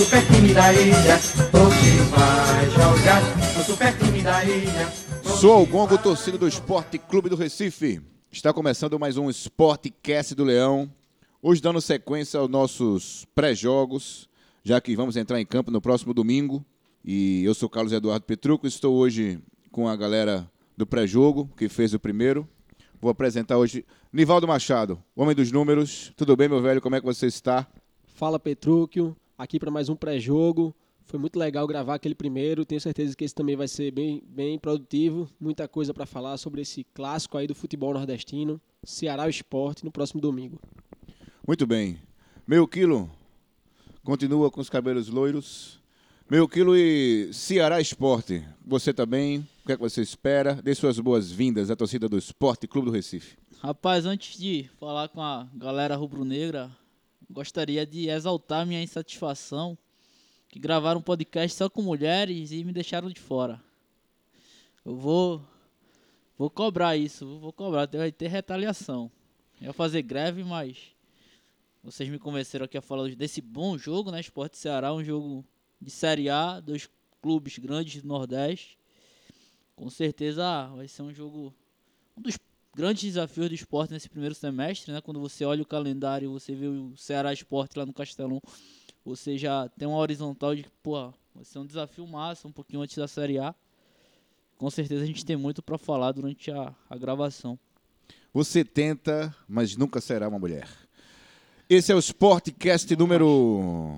super time da ilha, hoje vai jogar no super time da ilha. Sou o Gongo, torcida do Esporte Clube do Recife. Está começando mais um Sportcast do Leão. Hoje dando sequência aos nossos pré-jogos, já que vamos entrar em campo no próximo domingo. E eu sou Carlos Eduardo Petrucco, estou hoje com a galera do pré-jogo, que fez o primeiro. Vou apresentar hoje Nivaldo Machado, homem dos números. Tudo bem, meu velho? Como é que você está? Fala, Petrucco, aqui para mais um pré-jogo. Foi muito legal gravar aquele primeiro, tenho certeza que esse também vai ser bem produtivo. Muita coisa para falar sobre esse clássico aí do futebol nordestino, Ceará Sport, no próximo domingo. Muito bem. Meio quilo continua com os cabelos loiros. Meio quilo e Ceará Sport. Você também, o que é que você espera? Dê suas boas-vindas à torcida do Esporte Clube do Recife. Rapaz, antes de falar com a galera rubro-negra, gostaria de exaltar minha insatisfação que gravaram um podcast só com mulheres e me deixaram de fora. Eu vou cobrar isso, vou cobrar, vai ter retaliação. Eu ia fazer greve, mas vocês me convenceram aqui a falar desse bom jogo, né? Sport Ceará, um jogo de Série A, dois clubes grandes do Nordeste. Com certeza vai ser um jogo, um dos grandes desafios do Sport nesse primeiro semestre, né? Quando você olha o calendário, você vê o Ceará Sport lá no Castelão, você já tem uma horizontal de que, vai ser um desafio massa, um pouquinho antes da Série A. Com certeza a gente tem muito para falar durante a gravação. Você tenta, mas nunca será uma mulher. Esse é o Sportcast número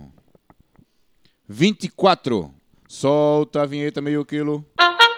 24. Solta a vinheta, meio quilo.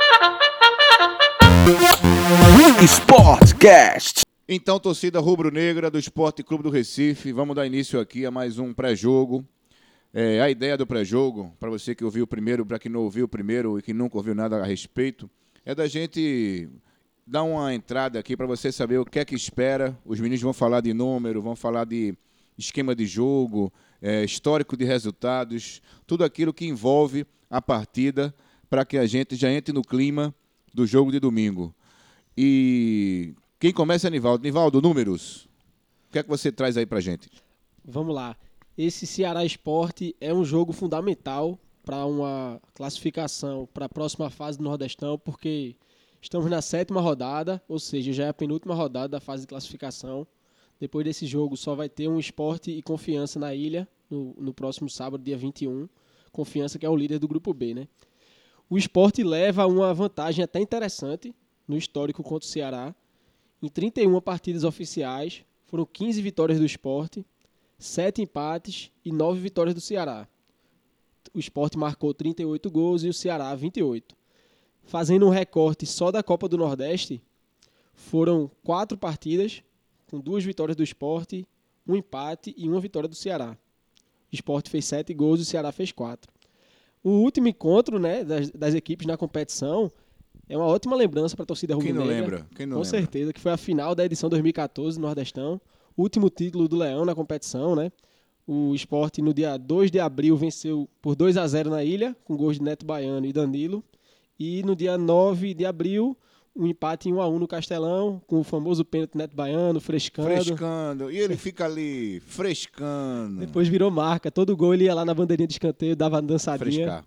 Sportcast. Então, torcida rubro-negra do Esporte Clube do Recife, vamos dar início aqui a mais um pré-jogo. A ideia do pré-jogo, para você que ouviu o primeiro, para quem não ouviu o primeiro e que nunca ouviu nada a respeito, é da gente dar uma entrada aqui para você saber o que é que espera. Os meninos vão falar de número, vão falar de esquema de jogo, histórico de resultados, tudo aquilo que envolve a partida para que a gente já entre no clima do jogo de domingo. E quem começa é Nivaldo. Nivaldo, números. O que é que você traz aí para a gente? Vamos lá. Esse Ceará Sport é um jogo fundamental para uma classificação para a próxima fase do Nordestão, porque estamos na 7ª rodada, ou seja, já é a penúltima rodada da fase de classificação. Depois desse jogo só vai ter um Sport e Confiança na ilha, no próximo sábado, dia 21. Confiança que é o líder do grupo B, né? O Sport leva uma vantagem até interessante no histórico contra o Ceará. Em 31 partidas oficiais, foram 15 vitórias do Sport, 7 empates e 9 vitórias do Ceará. O Sport marcou 38 gols e o Ceará 28. Fazendo um recorte só da Copa do Nordeste, foram 4 partidas com 2 vitórias do Sport, 1 empate e 1 vitória do Ceará. O Sport fez 7 gols e o Ceará fez 4. O último encontro, né, das equipes na competição é uma ótima lembrança para a torcida rubro-negra. Quem não lembra? Com certeza, que foi a final da edição 2014 do Nordestão. Último título do Leão na competição, né? O Sport no dia 2 de abril venceu por 2-0 na ilha, com gols de Neto Baiano e Danilo. E no dia 9 de abril, um empate em 1-1 no Castelão, com o famoso pênalti Neto Baiano, frescando. E ele fica ali, frescando. Depois virou marca. Todo gol ele ia lá na bandeirinha de escanteio, dava uma dançadinha. Frescar.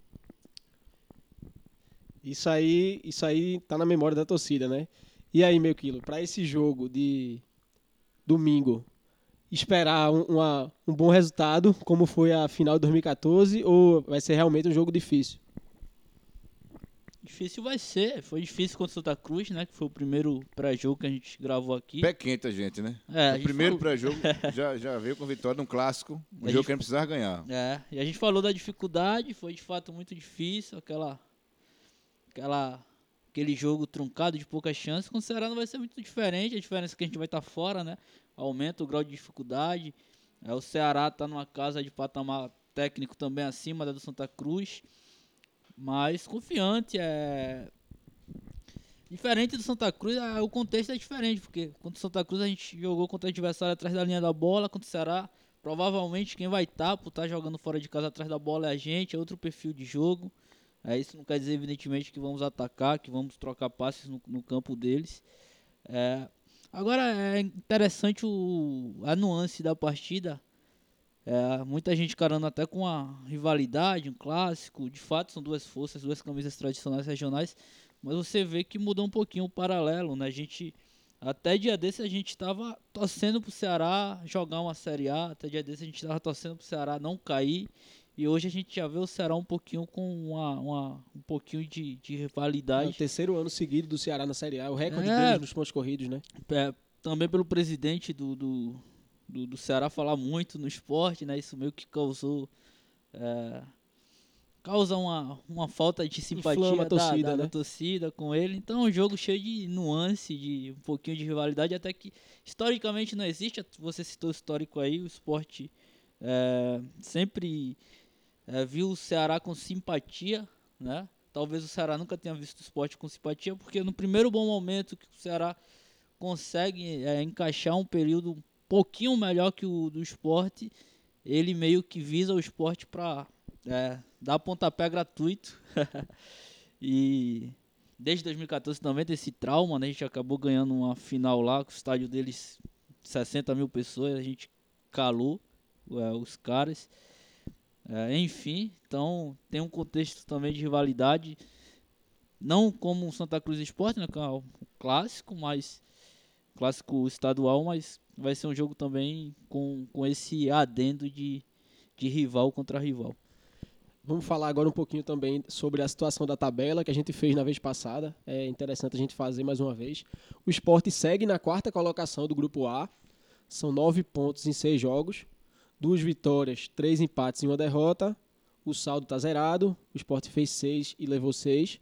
Isso aí tá na memória da torcida, né? E aí, meu quilo, para esse jogo de domingo, esperar um bom resultado, como foi a final de 2014, ou vai ser realmente um jogo difícil? Difícil vai ser, foi difícil contra o Santa Cruz, né? Que foi o primeiro pré-jogo que a gente gravou aqui. Pé quente a gente, né? O primeiro pré-jogo já veio com vitória num clássico, um jogo que a gente precisava ganhar. E a gente falou da dificuldade, foi de fato muito difícil, aquele jogo truncado de poucas chances. Com o Ceará não vai ser muito diferente, a diferença é que a gente vai estar fora, né? Aumenta o grau de dificuldade. O Ceará está numa casa de patamar técnico também acima da do Santa Cruz, mas confiante. Diferente do Santa Cruz, o contexto é diferente, porque contra o Santa Cruz a gente jogou contra o adversário atrás da linha da bola. Contra o Ceará, provavelmente quem vai estar por estar jogando fora de casa atrás da bola é a gente, é outro perfil de jogo. Isso não quer dizer, evidentemente, que vamos atacar, que vamos trocar passes no campo deles. Agora, é interessante a nuance da partida, Muita gente encarando até com uma rivalidade, um clássico. De fato, são duas forças, duas camisas tradicionais regionais. Mas você vê que mudou um pouquinho o paralelo, né? Até dia desse a gente estava torcendo pro Ceará jogar uma Série A. Até dia desse a gente estava torcendo pro Ceará não cair. E hoje a gente já vê o Ceará um pouquinho com um pouquinho de É o rivalidade. terceiro ano seguido do Ceará na Série A, o recorde É. deles nos pontos corridos, né? Também pelo presidente do Ceará falar muito no esporte, né? Isso meio que causa uma falta de simpatia Inflama a torcida, da né? torcida com ele. Então é um jogo cheio de nuance, de um pouquinho de rivalidade, até que historicamente não existe. Você citou o histórico aí, o esporte sempre viu o Ceará com simpatia, né? Talvez o Ceará nunca tenha visto o esporte com simpatia, porque no primeiro bom momento que o Ceará consegue encaixar um período um pouquinho melhor que o do esporte, ele meio que visa o esporte para dar pontapé gratuito. E desde 2014 também tem esse trauma, né? A gente acabou ganhando uma final lá, com o estádio deles, 60 mil pessoas, a gente calou os caras. Enfim, então tem um contexto também de rivalidade, não como o Santa Cruz Esporte, né, que é o clássico, mas clássico estadual, mas vai ser um jogo também com esse adendo de rival contra rival. Vamos falar agora um pouquinho também sobre a situação da tabela que a gente fez na vez passada. É interessante a gente fazer mais uma vez. O Sport segue na quarta colocação do Grupo A. São 9 pontos em 6 jogos. 2 vitórias, 3 empates e 1 derrota. O saldo está zerado. O Sport fez 6 e levou 6.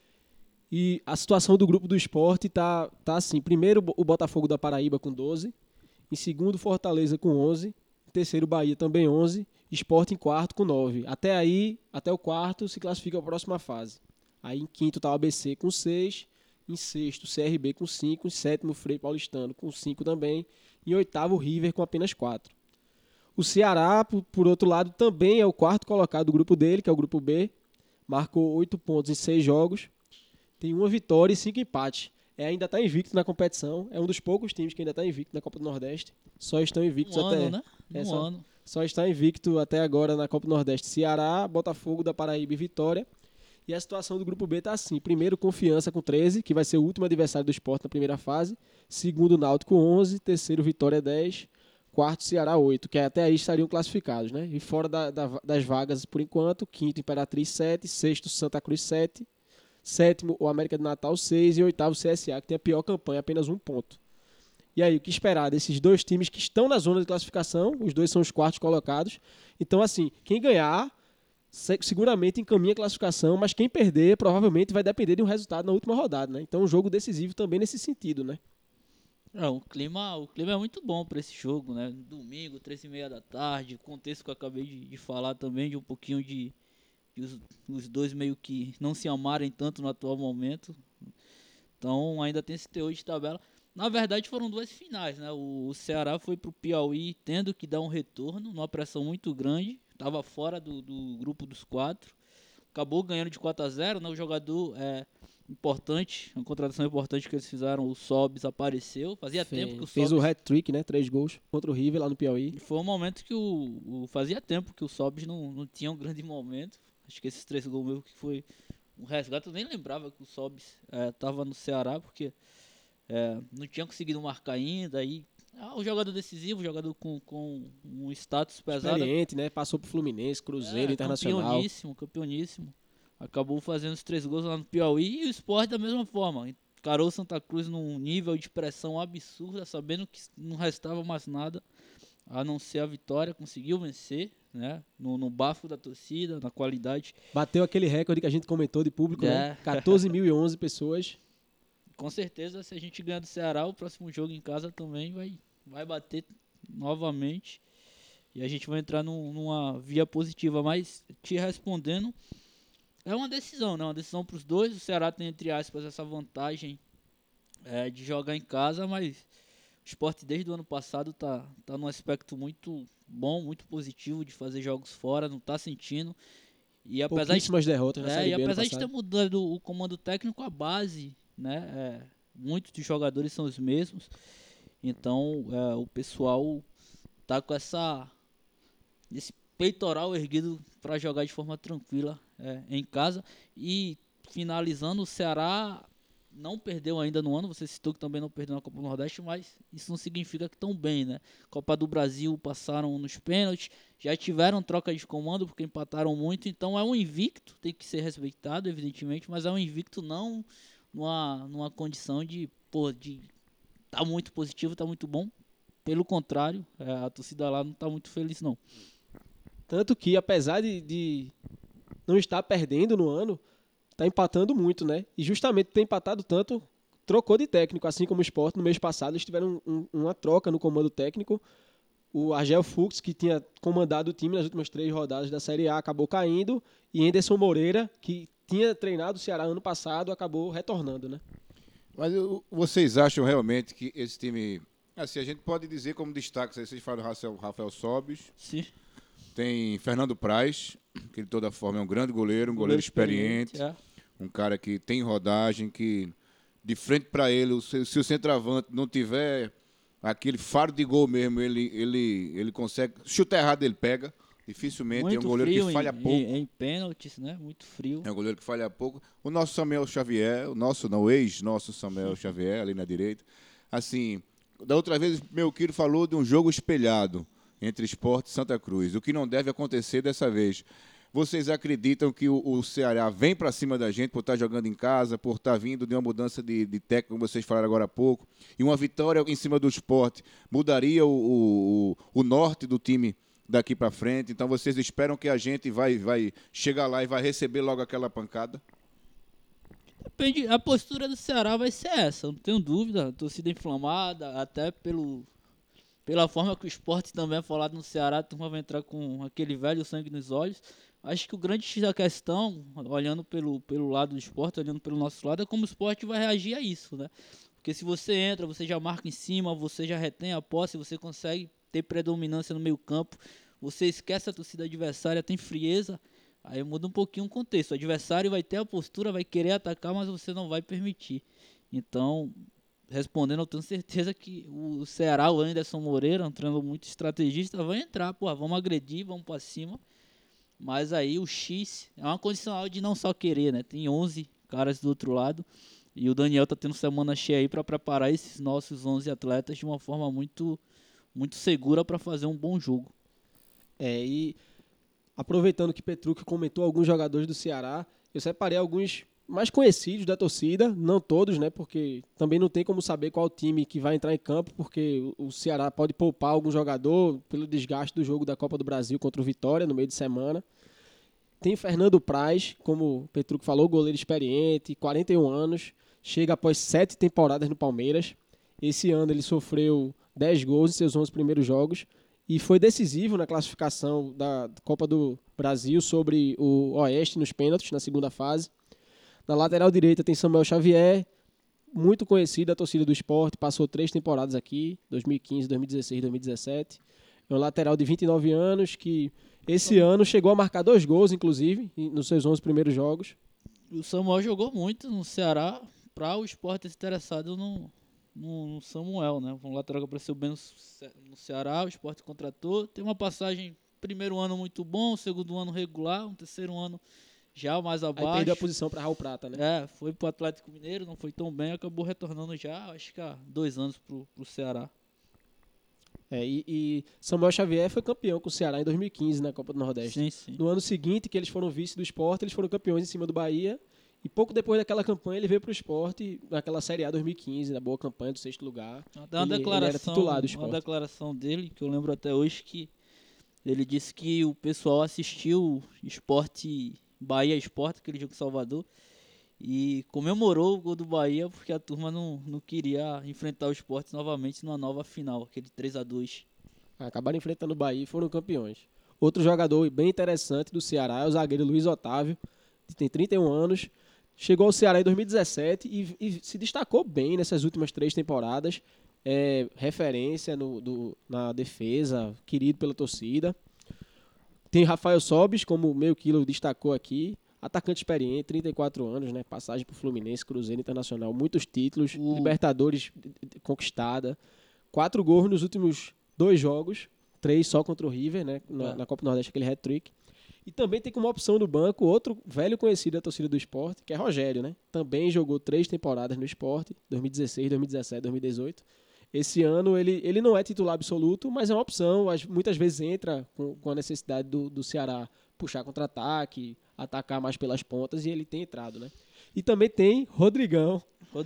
E a situação do grupo do Sport tá assim. Primeiro, o Botafogo da Paraíba com 12. Em segundo, Fortaleza com 11. Em terceiro, Bahia também 11. Sport em quarto com 9. Até o quarto, se classifica para a próxima fase. Aí em quinto está o ABC com 6. Em sexto, CRB com 5. Em sétimo, Frei Paulistano com 5 também. Em oitavo, River com apenas 4. O Ceará, por outro lado, também é o quarto colocado do grupo dele, que é o grupo B. Marcou 8 pontos em 6 jogos. Tem 1 vitória e 5 empates. Ainda está invicto na competição. É um dos poucos times que ainda está invicto na Copa do Nordeste. Só estão invictos Ano. Só está invicto até agora na Copa do Nordeste Ceará, Botafogo da Paraíba e Vitória. E a situação do grupo B está assim. Primeiro, Confiança com 13, que vai ser o último adversário do Sport na primeira fase. Segundo, Náutico 11. Terceiro, Vitória 10. Quarto, Ceará 8, que até aí estariam classificados, né? E fora das vagas por enquanto, quinto, Imperatriz 7. Sexto, Santa Cruz 7. Sétimo, o América de Natal 6. E oitavo, CSA, que tem a pior campanha, apenas 1 ponto. E aí, o que esperar desses dois times que estão na zona de classificação? Os dois são os quartos colocados. Então, assim, quem ganhar seguramente encaminha a classificação, mas quem perder provavelmente vai depender de um resultado na última rodada, né? Então, um jogo decisivo também nesse sentido, né? O clima é muito bom para esse jogo, né? Domingo, 3h30 da tarde, o contexto que eu acabei de falar também, de um pouquinho de os dois meio que não se amarem tanto no atual momento. Então ainda tem esse teor de tabela. Na verdade foram 2 finais, né? O Ceará foi pro Piauí tendo que dar um retorno, numa pressão muito grande. Estava fora do grupo dos 4. Acabou ganhando de 4-0, né? O jogador importante, uma contratação importante que eles fizeram, o Sobis apareceu. Fazia tempo que o Sobis... Fez o hat-trick, né? 3 gols contra o River lá no Piauí. E foi um momento que fazia tempo que o Sobis não tinha um grande momento. Acho que esses 3 gols meio que foi um resgate. Eu nem lembrava que o Sobis estava no Ceará, porque não tinha conseguido marcar ainda. Aí, o jogador decisivo, jogador com um status pesado. Experiente, né? Passou pro Fluminense, Cruzeiro, Internacional. Campeoníssimo. Acabou fazendo os 3 gols lá no Piauí. E o Sport da mesma forma. Encarou o Santa Cruz num nível de pressão absurda, sabendo que não restava mais nada a não ser a vitória. Conseguiu vencer, né? No bafo da torcida, na qualidade. Bateu aquele recorde que a gente comentou de público, né? 14.011 pessoas. Com certeza, se a gente ganhar do Ceará, o próximo jogo em casa também vai bater novamente. E a gente vai entrar numa via positiva. Mas, te respondendo, é uma decisão, né? Uma decisão para os dois. O Ceará tem, entre aspas, essa vantagem de jogar em casa, mas o Sport desde o ano passado tá num aspecto muito bom, muito positivo de fazer jogos fora, não tá sentindo. E apesar derrotas na Série B apesar de ter mudado o comando técnico, a base, né? Muitos dos jogadores são os mesmos. Então, o pessoal tá com esse peitoral erguido para jogar de forma tranquila em casa. E finalizando, o Ceará não perdeu ainda no ano, você citou que também não perdeu na Copa do Nordeste, mas isso não significa que estão bem, né? Copa do Brasil passaram nos pênaltis, já tiveram troca de comando porque empataram muito, então é um invicto, tem que ser respeitado, evidentemente, mas é um invicto não numa condição de tá muito positivo, tá muito bom. Pelo contrário, a torcida lá não tá muito feliz, não. Tanto que, apesar de não estar perdendo no ano, tá empatando muito, né? E justamente por ter empatado tanto, trocou de técnico, assim como o Sport no mês passado, eles tiveram uma troca no comando técnico. O Argel Fuchs, que tinha comandado o time nas últimas 3 rodadas da Série A, acabou caindo, e Anderson Moreira, que tinha treinado o Ceará ano passado, acabou retornando, né? Mas vocês acham realmente que esse time... Assim, a gente pode dizer como destaque, vocês falam do Rafael Sobis, Sim. tem Fernando Praz, que de toda forma é um grande goleiro, um goleiro experiente, um cara que tem rodagem, que de frente para ele, se o centroavante não tiver aquele faro de gol mesmo, ele consegue, chuta errado ele pega, dificilmente, muito é um goleiro que falha pouco. Em pênaltis, né? Muito frio. É um goleiro que falha pouco. O nosso Samuel Xavier, o ex-nosso Samuel Xavier, ali na direita, assim, da outra vez meu Quiro falou de um jogo espelhado entre Sport e Santa Cruz, o que não deve acontecer dessa vez. Vocês acreditam que o Ceará vem para cima da gente por estar jogando em casa, por estar vindo de uma mudança de técnico, como vocês falaram agora há pouco, e uma vitória em cima do Sport mudaria o norte do time daqui para frente? Então vocês esperam que a gente vai chegar lá e vai receber logo aquela pancada? Depende, a postura do Ceará vai ser essa, não tenho dúvida. A torcida inflamada, até pela forma que o Sport também é falado no Ceará, a turma vai entrar com aquele velho sangue nos olhos. Acho que o grande X da questão, olhando pelo lado do Sport, olhando pelo nosso lado, é como o Sport vai reagir a isso, né? Porque se você entra, você já marca em cima, você já retém a posse, você consegue ter predominância no meio campo, você esquece a torcida adversária, tem frieza, aí muda um pouquinho o contexto. O adversário vai ter a postura, vai querer atacar, mas você não vai permitir. Então, respondendo, eu tenho certeza que o Ceará, o Anderson Moreira, um treinador muito estrategista, vai entrar, vamos agredir, vamos para cima. Mas aí o X é uma condicional de não só querer, né? Tem 11 caras do outro lado e o Daniel tá tendo semana cheia aí para preparar esses nossos 11 atletas de uma forma muito, muito segura para fazer um bom jogo. E aproveitando que Petrucci comentou alguns jogadores do Ceará, eu separei alguns mais conhecidos da torcida, não todos, né? Porque também não tem como saber qual time que vai entrar em campo, porque o Ceará pode poupar algum jogador pelo desgaste do jogo da Copa do Brasil contra o Vitória no meio de semana. Tem Fernando Praz, como o Petrucci falou, goleiro experiente, 41 anos, chega após 7 temporadas no Palmeiras. Esse ano ele sofreu 10 gols em seus 11 primeiros jogos e foi decisivo na classificação da Copa do Brasil sobre o Oeste nos pênaltis, na segunda fase. Na lateral direita tem Samuel Xavier, muito conhecido da torcida do Sport, passou 3 temporadas aqui, 2015, 2016, 2017. É um lateral de 29 anos que esse ano chegou a marcar 2 gols, inclusive, nos seus 11 primeiros jogos. O Samuel jogou muito no Ceará para o Sport ter se interessado no Samuel, né? Um lateral que apareceu bem no Ceará, o Sport contratou. Tem uma passagem, primeiro ano muito bom, segundo ano regular, um terceiro ano já mais abaixo. Aí perdeu a posição para Raul Prata, né? Foi pro Atlético Mineiro, não foi tão bem, acabou retornando já, acho que há 2 anos pro Ceará. E Samuel Xavier foi campeão com o Ceará em 2015 na Copa do Nordeste. Sim, sim. No ano seguinte, que eles foram vice do Sport, eles foram campeões em cima do Bahia. E pouco depois daquela campanha, ele veio para o Sport, naquela Série A 2015, na boa campanha do 6º lugar. Ele era titular do Sport. Uma declaração dele, que eu lembro até hoje, que ele disse que o pessoal assistiu Bahia Sport, aquele jogo em Salvador, e comemorou o gol do Bahia porque a turma não queria enfrentar o Sport novamente numa nova final, aquele 3-2. Acabaram enfrentando o Bahia e foram campeões. Outro jogador bem interessante do Ceará é o zagueiro Luiz Otávio, que tem 31 anos, chegou ao Ceará em 2017 e se destacou bem nessas últimas 3 temporadas, referência na defesa, querido pela torcida. Tem Rafael Sobis, como o meio quilo destacou aqui, atacante experiente, 34 anos, né? Passagem por Fluminense, Cruzeiro, Internacional, muitos títulos, Libertadores conquistada, 4 gols nos últimos 2 jogos. 3 só contra o River, né? Na Copa do Nordeste, aquele hat-trick. E também tem como opção no banco outro velho conhecido da torcida do Sport, que é Rogério, né? Também jogou 3 temporadas no Sport, 2016, 2017, 2018. Esse ano ele não é titular absoluto, mas é uma opção. Muitas vezes entra com a necessidade do Ceará puxar contra-ataque, atacar mais pelas pontas, e ele tem entrado, né? E também tem Rodrigão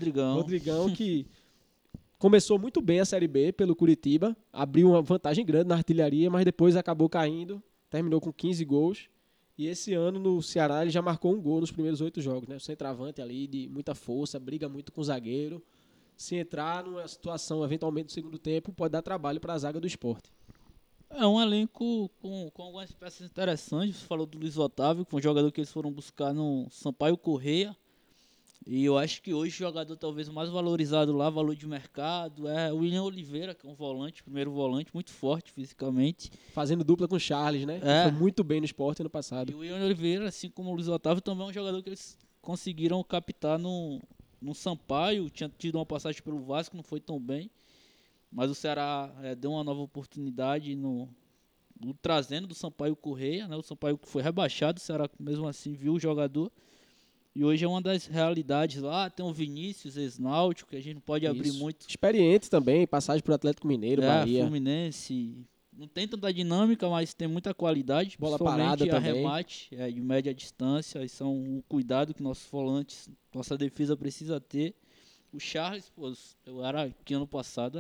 que começou muito bem a Série B pelo Curitiba, abriu uma vantagem grande na artilharia, mas depois acabou caindo, terminou com 15 gols. E esse ano no Ceará ele já marcou um gol nos primeiros 8 jogos, né? O centroavante ali de muita força, briga muito com o zagueiro. Se entrar numa situação eventualmente no segundo tempo, pode dar trabalho para a zaga do Sport. É um elenco com algumas peças interessantes. Você falou do Luiz Otávio, que foi um jogador que eles foram buscar no Sampaio Corrêa. E eu acho que hoje o jogador talvez o mais valorizado lá, valor de mercado, é o William Oliveira, que é um volante, primeiro volante, muito forte fisicamente. Fazendo dupla com o Charles, né? É. Foi muito bem no Sport ano passado. E o William Oliveira, assim como o Luiz Otávio, também é um jogador que eles conseguiram captar no Sampaio. Tinha tido uma passagem pelo Vasco, não foi tão bem. Mas o Ceará deu uma nova oportunidade no trazendo do Sampaio Corrêa, né? O Sampaio foi rebaixado, o Ceará mesmo assim viu o jogador. E hoje é uma das realidades lá. Tem o Vinícius, ex-náutico, que a gente não pode abrir muito. Experiente também, passagem pro Atlético Mineiro, Bahia. Fluminense. Não tem tanta dinâmica, mas tem muita qualidade. Bola parada também. Arremate de média distância. Isso é um cuidado que nossos volantes, nossa defesa precisa ter. O Charles, pô, eu era aqui ano passado,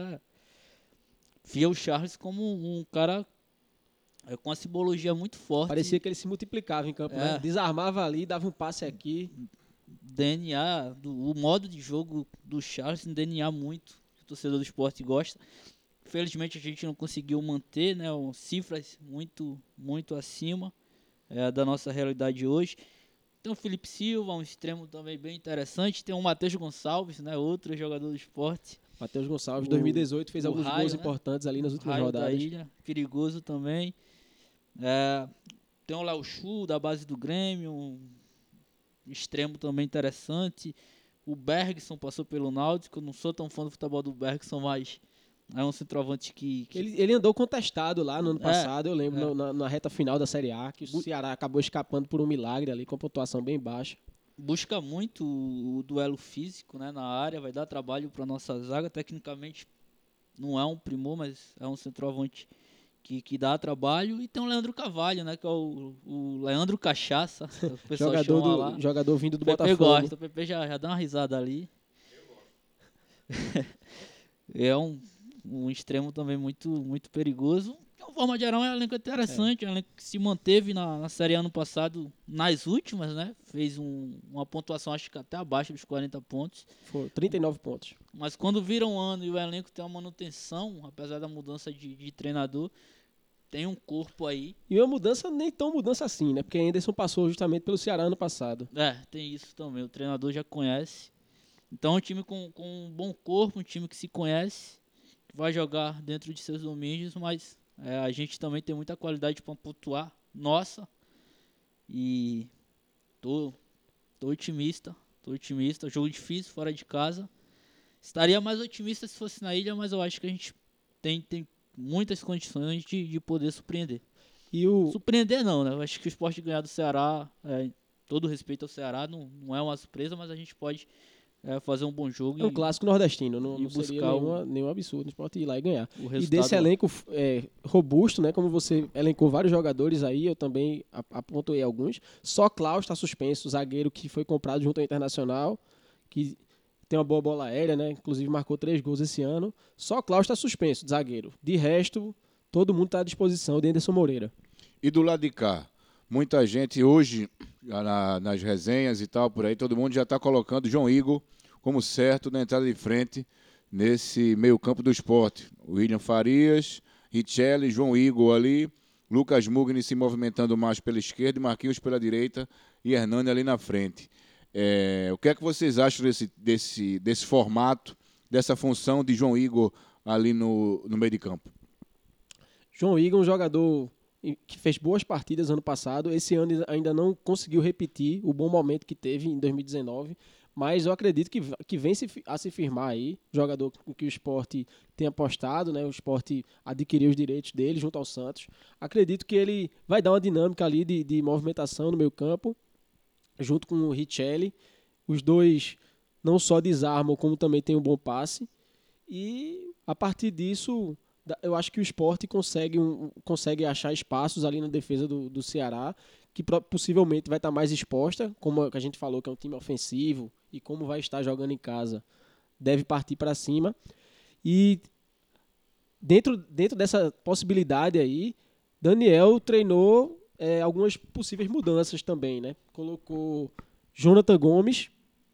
via o Charles como um cara com uma simbologia muito forte. Parecia que ele se multiplicava em campo, né? Desarmava ali, dava um passe aqui. DNA, o modo de jogo do Charles, um DNA muito, que o torcedor do Sport gosta. Infelizmente a gente não conseguiu manter, né, cifras muito, muito acima da nossa realidade hoje. Tem o Felipe Silva, um extremo também bem interessante. Tem o Matheus Gonçalves, né, outro jogador do Sport. Matheus Gonçalves, 2018, fez alguns gols né? importantes ali nas últimas Raio rodadas. Da Ilha, perigoso também. Tem o Léo Chu, da base do Grêmio, um extremo também interessante. O Bergson passou pelo Náutico. Eu não sou tão fã do futebol do Bergson, mas é um centroavante que... Ele andou contestado lá no ano passado, eu lembro, na reta final da Série A, que o Ceará acabou escapando por um milagre ali, com a pontuação bem baixa. Busca muito o duelo físico, né, na área, vai dar trabalho para nossa zaga. Tecnicamente não é um primor, mas é um centroavante que dá trabalho. E tem o Leandro Carvalho, né, que é o Leandro Cachaça, o pessoal chama lá. Jogador vindo do o PP Botafogo. Gosta, o PP já dá uma risada ali. É um extremo também muito, muito perigoso. De uma forma geral, é um elenco interessante, é um elenco que se manteve na Série A ano passado, nas últimas, né? Fez uma pontuação, acho que até abaixo dos 40 pontos. Foi 39 pontos. Mas quando vira um ano e o elenco tem uma manutenção, apesar da mudança de treinador, tem um corpo aí. E uma mudança, nem tão mudança assim, né? Porque Anderson passou justamente pelo Ceará ano passado. Tem isso também, o treinador já conhece. Então é um time com um bom corpo, um time que se conhece, que vai jogar dentro de seus domínios, mas a gente também tem muita qualidade para pontuar, nossa. E tô otimista, jogo difícil, fora de casa. Estaria mais otimista se fosse na ilha, mas eu acho que a gente tem muitas condições de poder surpreender. Surpreender não, né? Eu acho que o Sport ganhar do Ceará, todo respeito ao Ceará, não é uma surpresa, mas a gente pode fazer um bom jogo. É um clássico nordestino, não seria buscar nenhum absurdo, a gente pode ir lá e ganhar. E desse elenco robusto, né, como você elencou vários jogadores aí, eu também apontei alguns. Só Klaus está suspenso, o zagueiro que foi comprado junto ao Internacional, que tem uma boa bola aérea, né, inclusive marcou 3 gols esse ano. Só Klaus está suspenso, zagueiro. De resto, todo mundo está à disposição de Anderson Moreira. E do lado de cá? Muita gente hoje, nas resenhas e tal, por aí, todo mundo já está colocando João Igor como certo na entrada de frente nesse meio campo do Sport. William Farias, Richelli, João Igor ali, Lucas Mugni se movimentando mais pela esquerda, Marquinhos pela direita e Hernani ali na frente. O que é que vocês acham desse formato, dessa função de João Igor ali no meio de campo? João Igor é um jogador que fez boas partidas ano passado. Esse ano ainda não conseguiu repetir o bom momento que teve em 2019, mas eu acredito que vem a se firmar aí, jogador que o Sport tem apostado, né? O Sport adquiriu os direitos dele junto ao Santos. Acredito que ele vai dar uma dinâmica ali de movimentação no meio campo, junto com o Richelli. Os dois não só desarmam, como também tem um bom passe. E a partir disso, eu acho que o Sport consegue achar espaços ali na defesa do Ceará, que possivelmente vai estar mais exposta, como a gente falou, que é um time ofensivo, e como vai estar jogando em casa, deve partir para cima. E dentro dessa possibilidade aí, Daniel treinou algumas possíveis mudanças também, né? Colocou Jonathan Gomes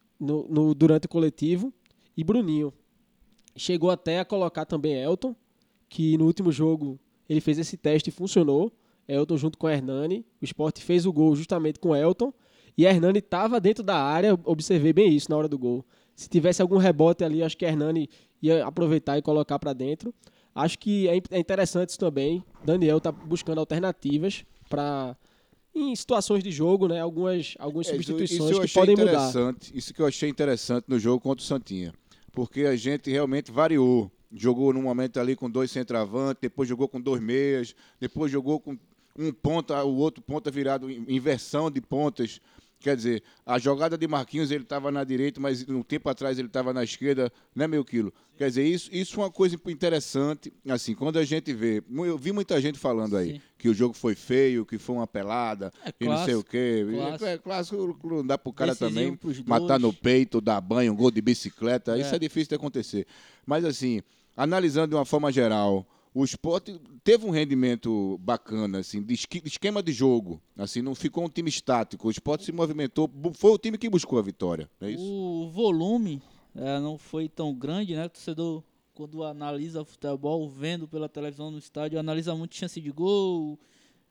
durante o coletivo e Bruninho. Chegou até a colocar também Elton, que no último jogo ele fez esse teste e funcionou. Elton junto com Hernani. O Sport fez o gol justamente com Elton. E Hernani estava dentro da área, observei bem isso na hora do gol. Se tivesse algum rebote ali, acho que Hernani ia aproveitar e colocar para dentro. Acho que é interessante isso também. Daniel está buscando alternativas para, em situações de jogo, né, algumas substituições que podem mudar. Isso que eu achei interessante no jogo contra o Santinha. Porque a gente realmente variou. Jogou num momento ali com 2 centroavantes, depois jogou com 2 meias, depois jogou com um ponta, o outro ponta virado, inversão de pontas. Quer dizer, a jogada de Marquinhos, ele estava na direita, mas um tempo atrás ele estava na esquerda, né, meu quilo? Quer dizer, isso é uma coisa interessante, assim, quando a gente vê, eu vi muita gente falando aí, sim, que o jogo foi feio, que foi uma pelada, e não sei o quê. É clássico, não dá pro cara decisivo também matar no peito, dar banho, um gol de bicicleta, isso é difícil de acontecer. Mas assim, analisando de uma forma geral, o Sport teve um rendimento bacana, assim, de esquema de jogo. Assim, não ficou um time estático. O Sport se movimentou, foi o time que buscou a vitória. É isso? O volume não foi tão grande, né? O torcedor, quando analisa o futebol, vendo pela televisão no estádio, analisa muito chance de gol.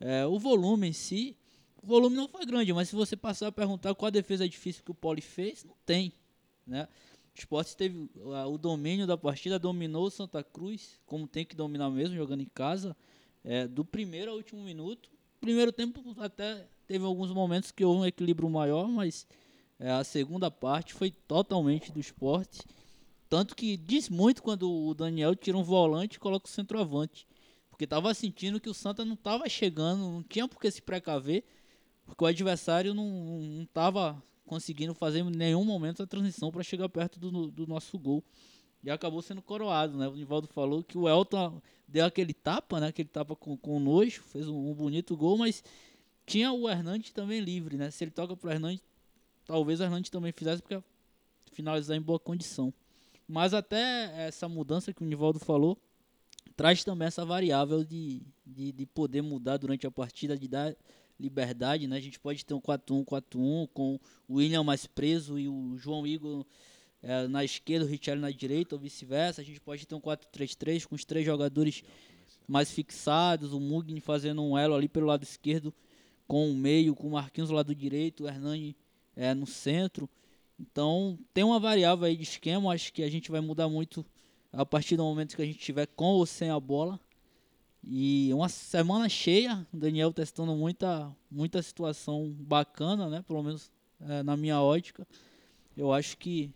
O volume em si, o volume não foi grande, mas se você passar a perguntar qual a defesa difícil que o Poli fez, não tem, né? O Sport teve o domínio da partida, dominou o Santa Cruz, como tem que dominar mesmo, jogando em casa, do primeiro ao último minuto. Primeiro tempo até teve alguns momentos que houve um equilíbrio maior, mas a segunda parte foi totalmente do Sport. Tanto que diz muito quando o Daniel tira um volante e coloca o centroavante. Porque estava sentindo que o Santa não estava chegando, não tinha por que se precaver, porque o adversário não estava conseguindo fazer em nenhum momento a transição para chegar perto do nosso gol. E acabou sendo coroado, né? O Nivaldo falou que o Elton deu aquele tapa, né? Aquele tapa com nojo, fez um bonito gol, mas tinha o Hernandes também livre, né? Se ele toca pro Hernandes, talvez o Hernandes também fizesse, porque finalizar em boa condição. Mas até essa mudança que o Nivaldo falou, traz também essa variável de poder mudar durante a partida, de dar liberdade, né? A gente pode ter um 4-1, 4-1 com o William mais preso e o João Igor na esquerda, o Richelli na direita ou vice-versa. A gente pode ter um 4-3-3 com os 3 jogadores mais fixados, o Mugni fazendo um elo ali pelo lado esquerdo com o meio, com o Marquinhos do lado direito, o Hernani no centro. Então tem uma variável aí de esquema, acho que a gente vai mudar muito a partir do momento que a gente tiver com ou sem a bola. E uma semana cheia, o Daniel testando muita situação bacana, né? Pelo menos na minha ótica. Eu acho que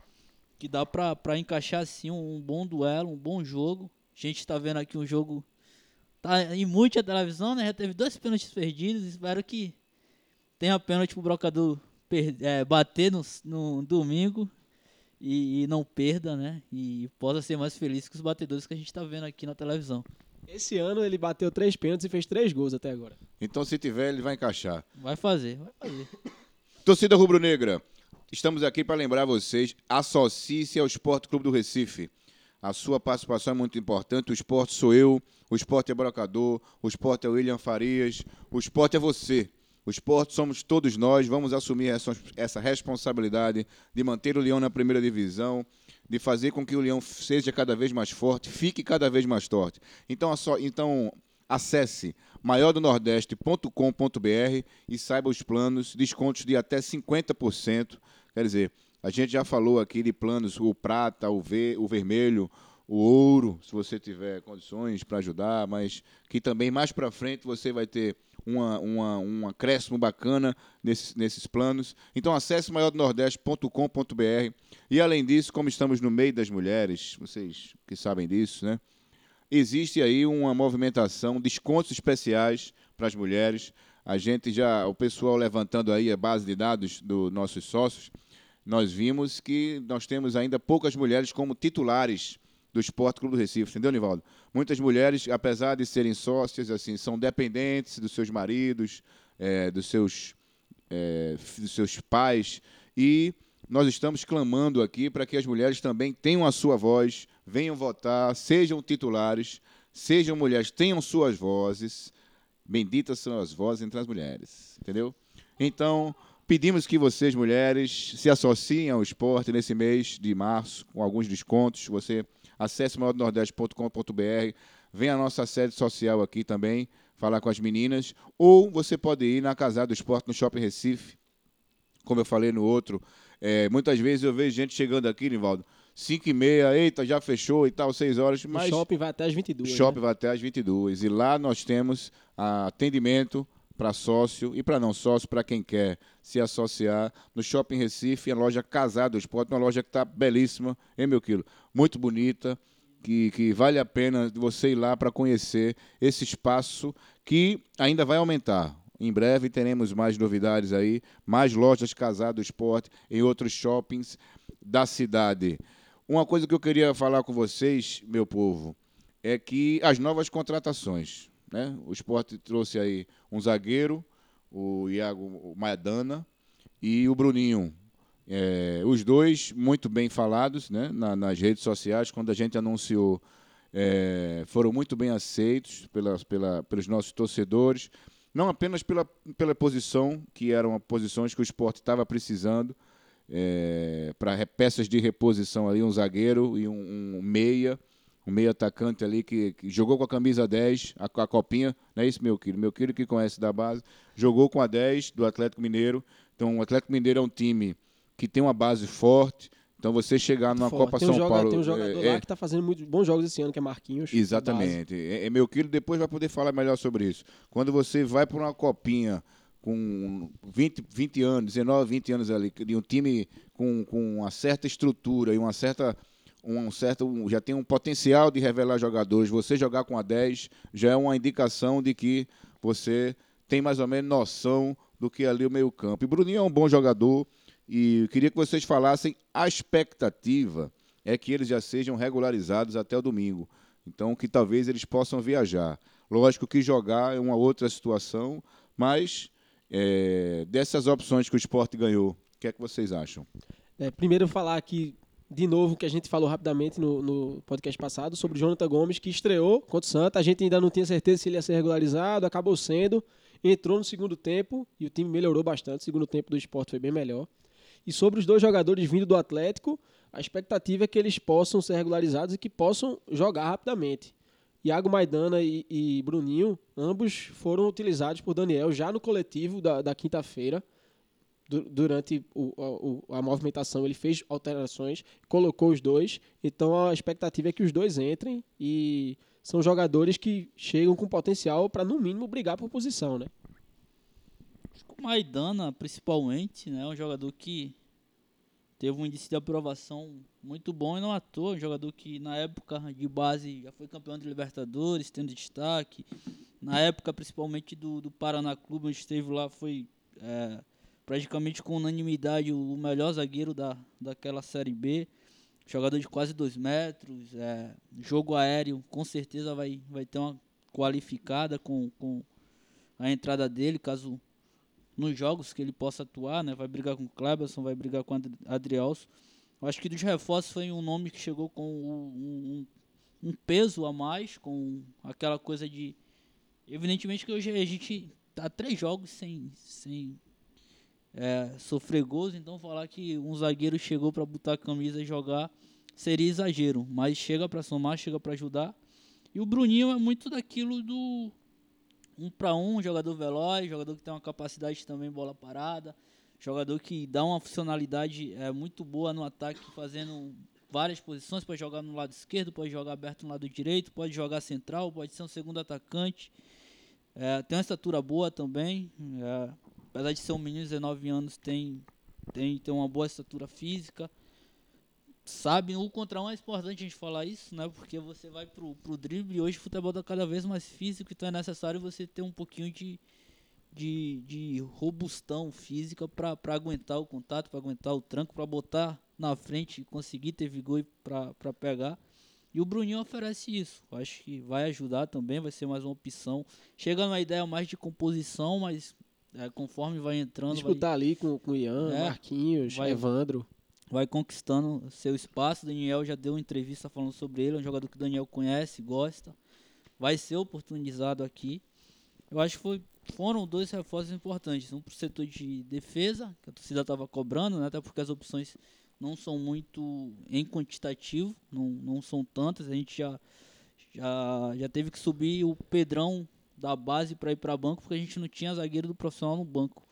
dá pra encaixar assim um bom duelo, um bom jogo. A gente tá vendo aqui um jogo, tá em muita televisão, né? Já teve 2 pênaltis perdidos. Espero que tenha pênalti pro Brocador bater no domingo e não perda, né? E possa ser mais feliz que os batedores que a gente tá vendo aqui na televisão. Esse ano ele bateu 3 pênaltis e fez 3 gols até agora. Então, se tiver, ele vai encaixar. Vai fazer. Torcida rubro-negra, estamos aqui para lembrar vocês, associe-se ao Sport Clube do Recife. A sua participação é muito importante. O esporte sou eu, o esporte é Brocador, o esporte é William Farias, o esporte é você. O esporte somos todos nós. Vamos assumir essa responsabilidade de manter o Leão na primeira divisão, de fazer com que o Leão seja cada vez mais forte, fique cada vez mais forte. Então acesse maiordonordeste.com.br e saiba os planos, descontos de até 50%. Quer dizer, a gente já falou aqui de planos, o prata, o vermelho, o ouro, se você tiver condições para ajudar, mas que também mais para frente você vai ter um acréscimo bacana nesses planos. Então acesse maiordonordeste.com.br e, além disso, como estamos no meio das mulheres, vocês que sabem disso, né? Existe aí uma movimentação, descontos especiais para as mulheres. O pessoal levantando aí a base de dados dos nossos sócios, nós vimos que nós temos ainda poucas mulheres como titulares do Esporte Clube do Recife, entendeu, Nivaldo? Muitas mulheres, apesar de serem sócias, assim, são dependentes dos seus maridos, dos seus pais, e nós estamos clamando aqui para que as mulheres também tenham a sua voz, venham votar, sejam titulares, sejam mulheres, tenham suas vozes. Benditas são as vozes entre as mulheres, entendeu? Então, pedimos que vocês, mulheres, se associem ao esporte nesse mês de março, com alguns descontos. Você acesse maiordonordeste.com.br, venha à nossa sede social aqui também, falar com as meninas, ou você pode ir na Casada do Esporte no Shopping Recife, como eu falei no outro. Muitas vezes eu vejo gente chegando aqui, Nivaldo, 5h30, eita, já fechou e tal, 6 horas. Mas o shopping vai até às 22. O shopping vai até às 22. E lá nós temos atendimento para sócio e para não sócio, para quem quer se associar. No Shopping Recife, a loja Casada do Esporte, uma loja que está belíssima, hein, meu quilo? Muito bonita, que vale a pena você ir lá para conhecer esse espaço que ainda vai aumentar. Em breve teremos mais novidades aí, mais lojas Casada do Esporte em outros shoppings da cidade. Uma coisa que eu queria falar com vocês, meu povo, é que as novas contratações, né? O Sport trouxe aí um zagueiro, o Iago Maidana e o Bruninho. Os dois muito bem falados, né? Nas redes sociais, quando a gente anunciou, foram muito bem aceitos pelos nossos torcedores, não apenas pela posição, que eram posições que o Sport estava precisando, para peças de reposição ali, um zagueiro e um meia atacante ali que jogou com a camisa 10, a copinha, não é isso, meu querido que conhece da base, jogou com a 10 do Atlético Mineiro. Então o Atlético Mineiro é um time que tem uma base forte. Então você chegar numa Copa São Paulo... Tem um jogador lá que está fazendo muito bons jogos esse ano, que é Marquinhos. Exatamente. Meu querido depois vai poder falar melhor sobre isso. Quando você vai para uma copinha com 20 anos, 19, 20 anos ali, de um time com uma certa estrutura e já tem um potencial de revelar jogadores, você jogar com a 10 já é uma indicação de que você tem mais ou menos noção do que é ali o meio campo. E Bruninho é um bom jogador e eu queria que vocês falassem, a expectativa é que eles já sejam regularizados até o domingo, então que talvez eles possam viajar. Lógico que jogar é uma outra situação, mas dessas opções que o Sport ganhou, o que é que vocês acham? Primeiro falar aqui de novo que a gente falou rapidamente no podcast passado sobre o Jonathan Gomes, que estreou contra o Santa. A gente ainda não tinha certeza se ele ia ser regularizado, acabou sendo, entrou no segundo tempo e o time melhorou bastante. O segundo tempo do Sport foi bem melhor. E sobre os dois jogadores vindo do Atlético, a expectativa é que eles possam ser regularizados e que possam jogar rapidamente. Iago Maidana e Bruninho, ambos foram utilizados por Daniel já no coletivo da quinta-feira. Durante a movimentação, ele fez alterações, colocou os dois. Então, a expectativa é que os dois entrem e são jogadores que chegam com potencial para, no mínimo, brigar por posição, né? O Maidana, principalmente, né, é um jogador que teve um índice de aprovação muito bom e não à toa. Um jogador que, na época de base, já foi campeão de Libertadores, tendo destaque. Na época, principalmente, do Paraná Clube, onde esteve lá, foi... praticamente com unanimidade o melhor zagueiro daquela Série B, jogador de quase 2 metros, jogo aéreo, com certeza vai ter uma qualificada com a entrada dele, caso nos jogos que ele possa atuar, né, vai brigar com o Kleberson, vai brigar com o Adrielson. Eu acho que dos reforços foi um nome que chegou com um peso a mais, com aquela coisa de... Evidentemente que hoje a gente tá 3 jogos sem sofrer gols, então falar que um zagueiro chegou para botar a camisa e jogar seria exagero, mas chega para somar, chega para ajudar. E o Bruninho é muito daquilo do 1 para 1, jogador veloz, jogador que tem uma capacidade também bola parada, jogador que dá uma funcionalidade muito boa no ataque, fazendo várias posições, pode jogar no lado esquerdo, pode jogar aberto no lado direito, pode jogar central, pode ser um segundo atacante. Tem uma estatura boa também. Apesar de ser um menino de 19 anos, tem uma boa estatura física. Sabe, o contra um é importante a gente falar isso, né? Porque você vai pro drible e hoje o futebol tá cada vez mais físico, então é necessário você ter um pouquinho de robustão física para aguentar o contato, para aguentar o tranco, para botar na frente e conseguir ter vigor para pegar. E o Bruninho oferece isso. Acho que vai ajudar também, vai ser mais uma opção. Chega numa ideia mais de composição, mas conforme vai entrando... Disputar ali com o Ian, Marquinhos, Evandro. Vai conquistando seu espaço. Daniel já deu uma entrevista falando sobre ele, é um jogador que o Daniel conhece, gosta. Vai ser oportunizado aqui. Eu acho que foram 2 reforços importantes. Um para o setor de defesa, que a torcida estava cobrando, né? Até porque as opções não são muito em quantitativo, não são tantas. A gente já teve que subir o Pedrão da base para ir para banco, porque a gente não tinha zagueiro do profissional no banco.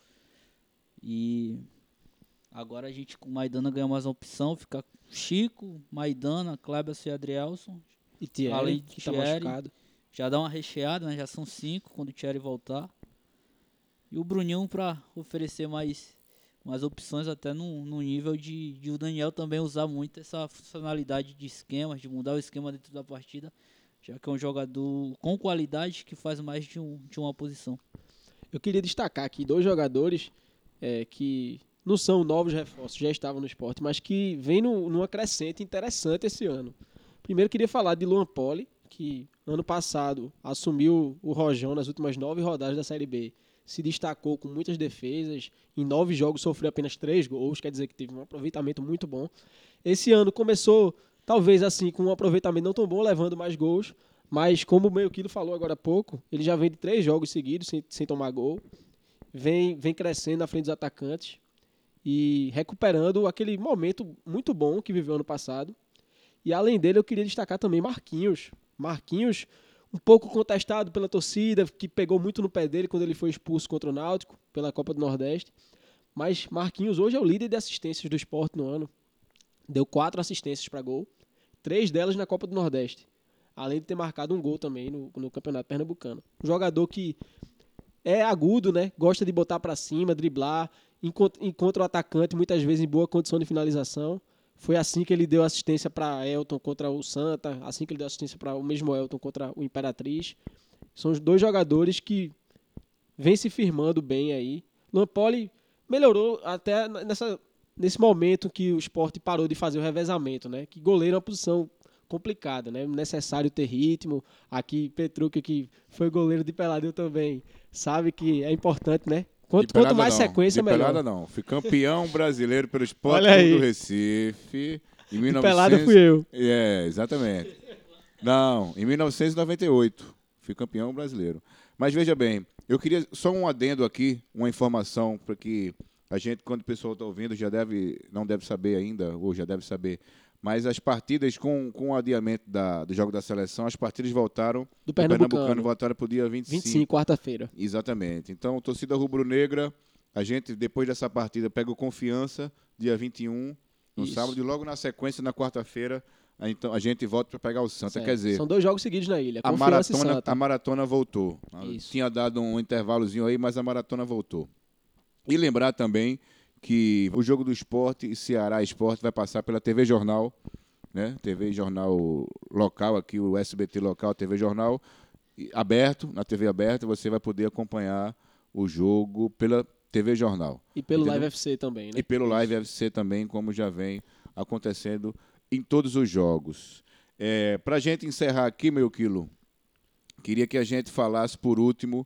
E agora a gente com o Maidana ganha mais uma opção, fica Chico, Maidana, Kleber e Adrielson. E Thierry, além de que está Thierry, machucado. Já dá uma recheada, né? Já são 5 quando o Thierry voltar. E o Bruninho para oferecer mais opções até no nível de o Daniel também usar muito essa funcionalidade de esquemas, de mudar o esquema dentro da partida, já que é um jogador com qualidade que faz mais de uma posição. Eu queria destacar aqui 2 jogadores que não são novos reforços, já estavam no esporte, mas que vem numa crescente interessante esse ano. Primeiro queria falar de Luan Poli, que ano passado assumiu o Rojão nas últimas 9 rodadas da Série B. Se destacou com muitas defesas, em 9 jogos sofreu apenas 3 gols, quer dizer que teve um aproveitamento muito bom. Esse ano começou, talvez assim, com um aproveitamento não tão bom, levando mais gols, mas como o Meio Quilo falou agora há pouco, ele já vem de 3 jogos seguidos sem tomar gol, vem crescendo na frente dos atacantes e recuperando aquele momento muito bom que viveu ano passado. E além dele, eu queria destacar também Marquinhos, um pouco contestado pela torcida, que pegou muito no pé dele quando ele foi expulso contra o Náutico, pela Copa do Nordeste. Mas Marquinhos hoje é o líder de assistências do Sport no ano. Deu 4 assistências para gol, 3 delas na Copa do Nordeste. Além de ter marcado um gol também no Campeonato Pernambucano. Um jogador que é agudo, né? Gosta de botar para cima, driblar, encontra o atacante muitas vezes em boa condição de finalização. Foi assim que ele deu assistência para Elton contra o Santa, assim que ele deu assistência para o mesmo Elton contra o Imperatriz. São os 2 jogadores que vêm se firmando bem aí. Luan Poli melhorou até nesse momento que o Sport parou de fazer o revezamento, né? Que goleiro é uma posição complicada, né? Necessário ter ritmo. Aqui, Petrucci, que foi goleiro de Peladil também, sabe que é importante, né? Quanto mais sequência, melhor. Pelada não. Fui campeão brasileiro pelo Sport Clube do Recife. Em 1900... Pelada fui eu. Exatamente. Não, em 1998. Fui campeão brasileiro. Mas veja bem, eu queria só um adendo aqui, uma informação, para que a gente, quando o pessoal está ouvindo, não deve saber ainda, ou já deve saber, mas as partidas com o adiamento do jogo da seleção, as partidas voltaram do Pernambucano voltaram para o dia 25. 25, quarta-feira. Exatamente. Então, torcida rubro-negra, a gente, depois dessa partida, pega o Confiança, dia 21, no sábado, e logo na sequência, na quarta-feira, então, a gente volta para pegar o Santa. Certo. Quer dizer, são 2 jogos seguidos na ilha, a maratona voltou. Isso. Tinha dado um intervalozinho aí, mas a maratona voltou. E lembrar também que o jogo do Sport e Ceará Sport vai passar pela TV Jornal, né? TV Jornal local aqui, o SBT local, TV Jornal aberto, na TV aberta, você vai poder acompanhar o jogo pela TV Jornal. E pelo entendeu? Live FC também, né? E pelo Live FC também, como já vem acontecendo em todos os jogos. Para a gente encerrar aqui, Meio Quilo, queria que a gente falasse, por último,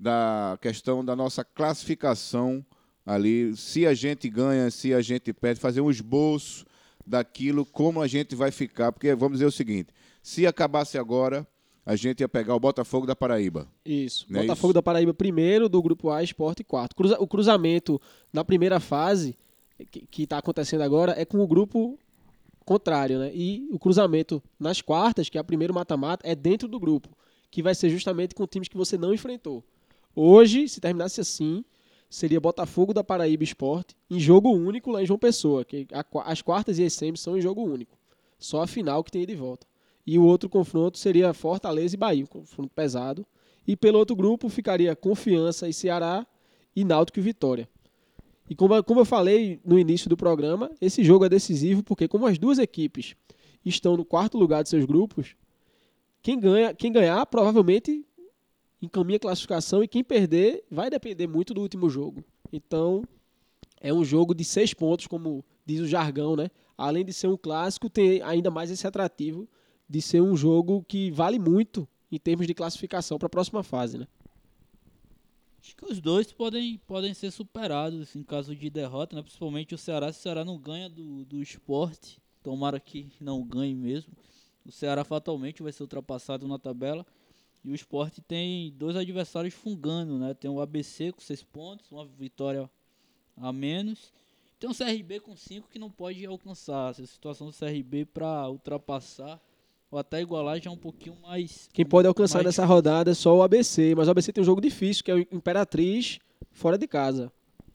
da questão da nossa classificação ali, se a gente ganha, se a gente perde, fazer um esboço daquilo, como a gente vai ficar, porque vamos dizer o seguinte, se acabasse agora, a gente ia pegar o Botafogo da Paraíba. Isso, não Botafogo da Paraíba primeiro, do Grupo A, Sport quarto. O cruzamento na primeira fase, que está acontecendo agora, é com o grupo contrário, né? E o cruzamento nas quartas, que é o primeiro mata-mata, é dentro do grupo, que vai ser justamente com times que você não enfrentou. Hoje, se terminasse assim, seria Botafogo da Paraíba Sport em jogo único lá em João Pessoa, que as quartas e as semis são em jogo único. Só a final que tem ida e volta. E o outro confronto seria Fortaleza e Bahia, um confronto pesado. E pelo outro grupo ficaria Confiança e Ceará e Náutico e Vitória. E como eu falei no início do programa, esse jogo é decisivo porque como as duas equipes estão no quarto lugar de seus grupos, quem ganhar provavelmente encaminha a classificação e quem perder vai depender muito do último jogo. Então, é um jogo de 6 pontos, como diz o jargão, né? Além de ser um clássico, tem ainda mais esse atrativo de ser um jogo que vale muito em termos de classificação para a próxima fase, né? Acho que os dois podem ser superados em caso de derrota, né? Principalmente o Ceará. Se o Ceará não ganha do Sport, tomara que não ganhe mesmo. O Ceará fatalmente vai ser ultrapassado na tabela. E o Sport tem 2 adversários fungando, né? Tem o ABC com 6 pontos, uma vitória a menos. Tem o CRB com 5 que não pode alcançar. A situação do CRB para ultrapassar ou até igualar já é um pouquinho mais... Quem pode alcançar nessa rodada é só o ABC, mas o ABC tem um jogo difícil, que é o Imperatriz, fora de casa.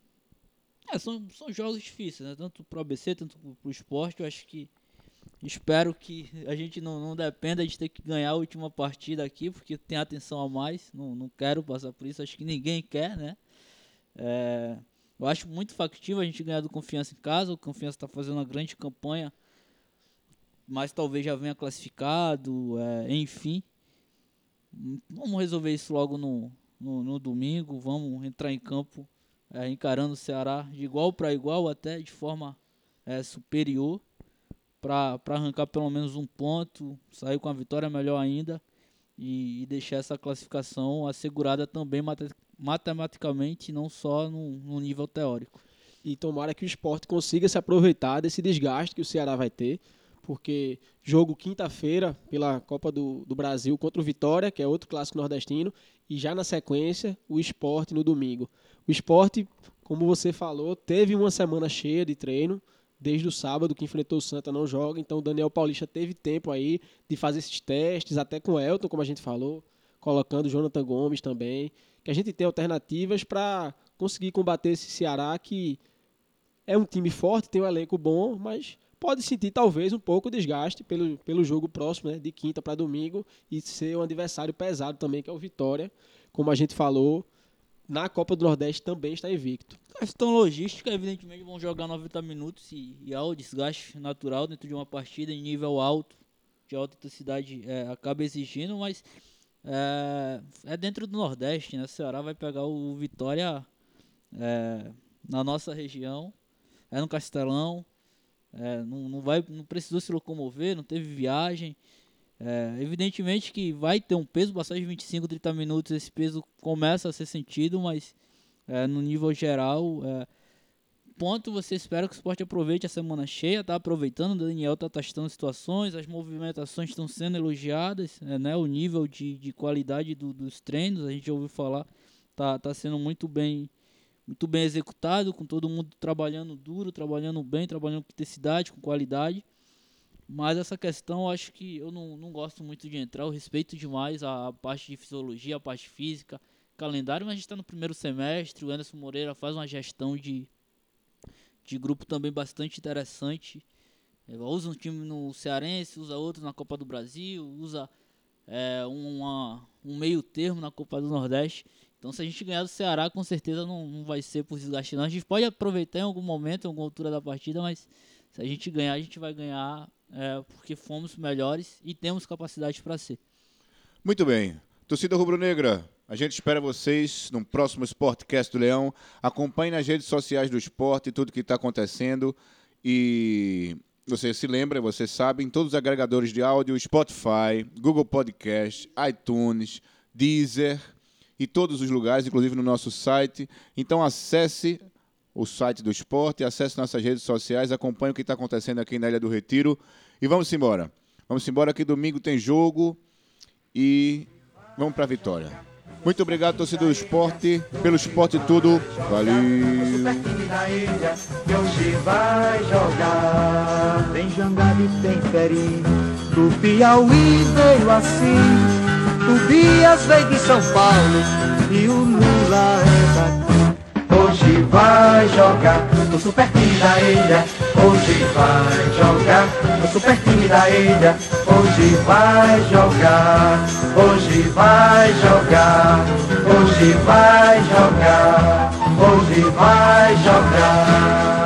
São jogos difíceis, né? Tanto pro ABC, tanto pro Sport. Eu acho que... Espero que a gente não dependa de ter que ganhar a última partida aqui, porque tem atenção a mais. Não quero passar por isso, acho que ninguém quer, né? Eu acho muito factível a gente ganhar do Confiança em casa. O Confiança está fazendo uma grande campanha, mas talvez já venha classificado, enfim. Vamos resolver isso logo no domingo. Vamos entrar em campo encarando o Ceará de igual para igual, até de forma superior, para arrancar pelo menos um ponto, sair com a vitória melhor ainda e deixar essa classificação assegurada também matematicamente, não só no nível teórico. E tomara que o Sport consiga se aproveitar desse desgaste que o Ceará vai ter, porque jogo quinta-feira pela Copa do Brasil contra o Vitória, que é outro clássico nordestino, e já na sequência o Sport no domingo. O Sport, como você falou, teve uma semana cheia de treino, desde o sábado que enfrentou o Santa não joga, então o Daniel Paulista teve tempo aí de fazer esses testes, até com o Elton, como a gente falou, colocando o Jonathan Gomes também, que a gente tem alternativas para conseguir combater esse Ceará, que é um time forte, tem um elenco bom, mas pode sentir talvez um pouco de desgaste pelo jogo próximo, né, de quinta para domingo, e ser um adversário pesado também, que é o Vitória, como a gente falou, na Copa do Nordeste também está invicto. Questão logística, evidentemente vão jogar 90 minutos e há o desgaste natural dentro de uma partida em nível alto, de alta intensidade acaba exigindo, mas dentro do Nordeste, né? O Ceará vai pegar o Vitória na nossa região, no Castelão, não precisou se locomover, não teve viagem. Evidentemente que vai ter um peso, passagem de 25, 30 minutos, esse peso começa a ser sentido, mas no nível geral, ponto você espera que o Sport aproveite a semana cheia, tá aproveitando, o Daniel tá testando situações, as movimentações estão sendo elogiadas, né, o nível de qualidade dos treinos, a gente já ouviu falar, tá sendo muito bem executado, com todo mundo trabalhando duro, trabalhando bem, trabalhando com intensidade, com qualidade. Mas essa questão, acho que eu não gosto muito de entrar, eu respeito demais a parte de fisiologia, a parte física, calendário, mas a gente está no primeiro semestre, o Anderson Moreira faz uma gestão de grupo também bastante interessante, usa um time no Cearense, usa outro na Copa do Brasil, usa um meio termo na Copa do Nordeste, então se a gente ganhar do Ceará, com certeza não vai ser por desgaste não, a gente pode aproveitar em algum momento, em alguma altura da partida, mas se a gente ganhar, a gente vai ganhar porque fomos melhores e temos capacidade para ser. Muito bem. Torcida rubro-negra, a gente espera vocês no próximo Sportcast do Leão. Acompanhe nas redes sociais do esporte tudo que está acontecendo. E você se lembra, você sabe, em todos os agregadores de áudio, Spotify, Google Podcast, iTunes, Deezer e todos os lugares, inclusive no nosso site. Então acesse o site do esporte, acesse nossas redes sociais, acompanhe o que está acontecendo aqui na Ilha do Retiro e vamos embora. Vamos embora que domingo tem jogo e vamos para a vitória. Muito obrigado, torcedor do esporte, pelo esporte tudo. Valeu! Time da ilha que hoje vai jogar. Tem Jangada e tem Peri, do Piauí veio assim. O Dias veio de São Paulo e o Lula é daqui. Hoje hoje vai jogar no super time da ilha. Hoje vai jogar no super time da ilha. Hoje vai jogar, hoje vai jogar, hoje vai jogar, hoje vai jogar.